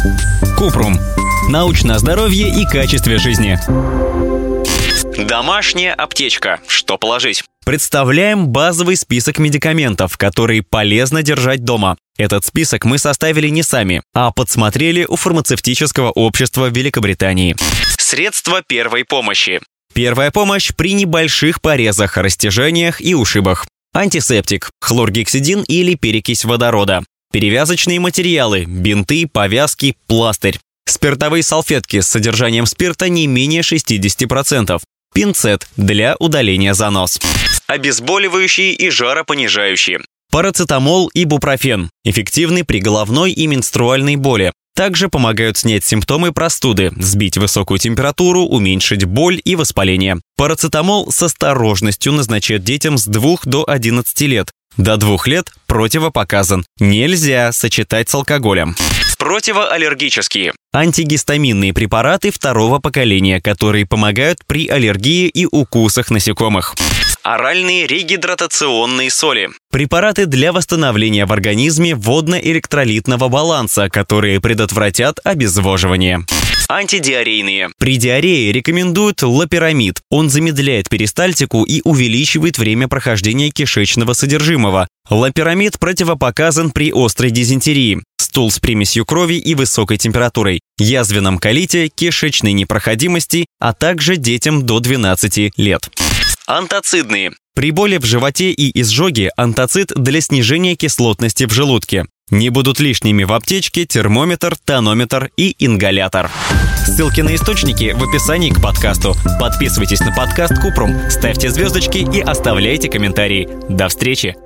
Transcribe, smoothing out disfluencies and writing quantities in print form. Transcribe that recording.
Купрум. Научное здоровье и качестве жизни. Домашняя аптечка. Что положить? Представляем базовый список медикаментов, которые полезно держать дома. Этот список мы составили не сами, а подсмотрели у фармацевтического общества Великобритании. Средства первой помощи. Первая помощь при небольших порезах, растяжениях и ушибах. Антисептик, хлоргексидин или перекись водорода. Перевязочные материалы, бинты, повязки, пластырь. Спиртовые салфетки с содержанием спирта не менее 60%. Пинцет для удаления занос. Обезболивающие и жаропонижающие. Парацетамол и бупрофен. Эффективны при головной и менструальной боли. Также помогают снять симптомы простуды, сбить высокую температуру, уменьшить боль и воспаление. Парацетамол с осторожностью назначают детям с 2 до 11 лет. До 2 лет противопоказан. Нельзя сочетать с алкоголем. Противоаллергические. Антигистаминные препараты второго поколения, которые помогают при аллергии и укусах насекомых. Оральные регидратационные соли. Препараты для восстановления в организме водно-электролитного баланса, которые предотвратят обезвоживание. Антидиарейные. При диарее рекомендуют лопирамид. Он замедляет перистальтику и увеличивает время прохождения кишечного содержимого. Лопирамид противопоказан при острой дизентерии, стул с примесью крови и высокой температурой, язвенном колите, кишечной непроходимости, а также детям до 12 лет. Антацидные. При боли в животе и изжоге антацид для снижения кислотности в желудке. Не будут лишними в аптечке термометр, тонометр и ингалятор. Ссылки на источники в описании к подкасту. Подписывайтесь на подкаст Купрум, ставьте звездочки и оставляйте комментарии. До встречи!